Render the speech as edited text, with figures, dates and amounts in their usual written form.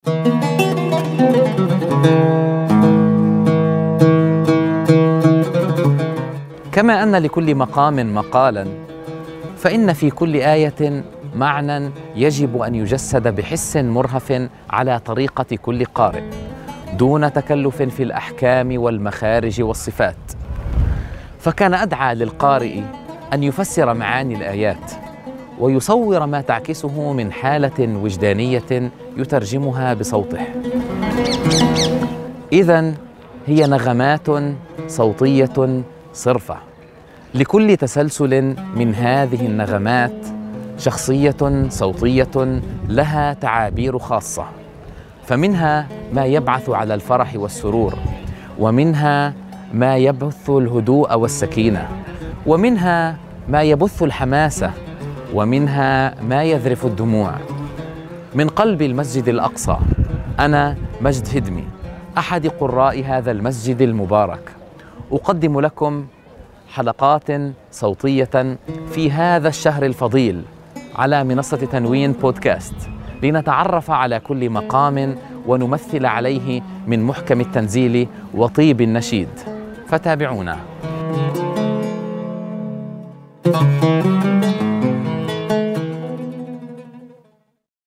كما أن لكل مقام مقالاً، فإن في كل آية معنى يجب أن يجسد بحس مرهف على طريقة كل قارئ، دون تكلف في الأحكام والمخارج والصفات. فكان أدعى للقارئ أن يفسر معاني الآيات ويصور ما تعكسه من حالة وجدانية يترجمها بصوته. إذن هي نغمات صوتية صرفة، لكل تسلسل من هذه النغمات شخصية صوتية لها تعابير خاصة، فمنها ما يبعث على الفرح والسرور، ومنها ما يبث الهدوء والسكينة، ومنها ما يبث الحماسة، ومنها ما يذرف الدموع. من قلب المسجد الأقصى، أنا مجد هدمي، أحد قراء هذا المسجد المبارك، أقدم لكم حلقات صوتية في هذا الشهر الفضيل على منصة تنوين بودكاست، لنتعرف على كل مقام ونمثل عليه من محكم التنزيل وطيب النشيد. فتابعونا.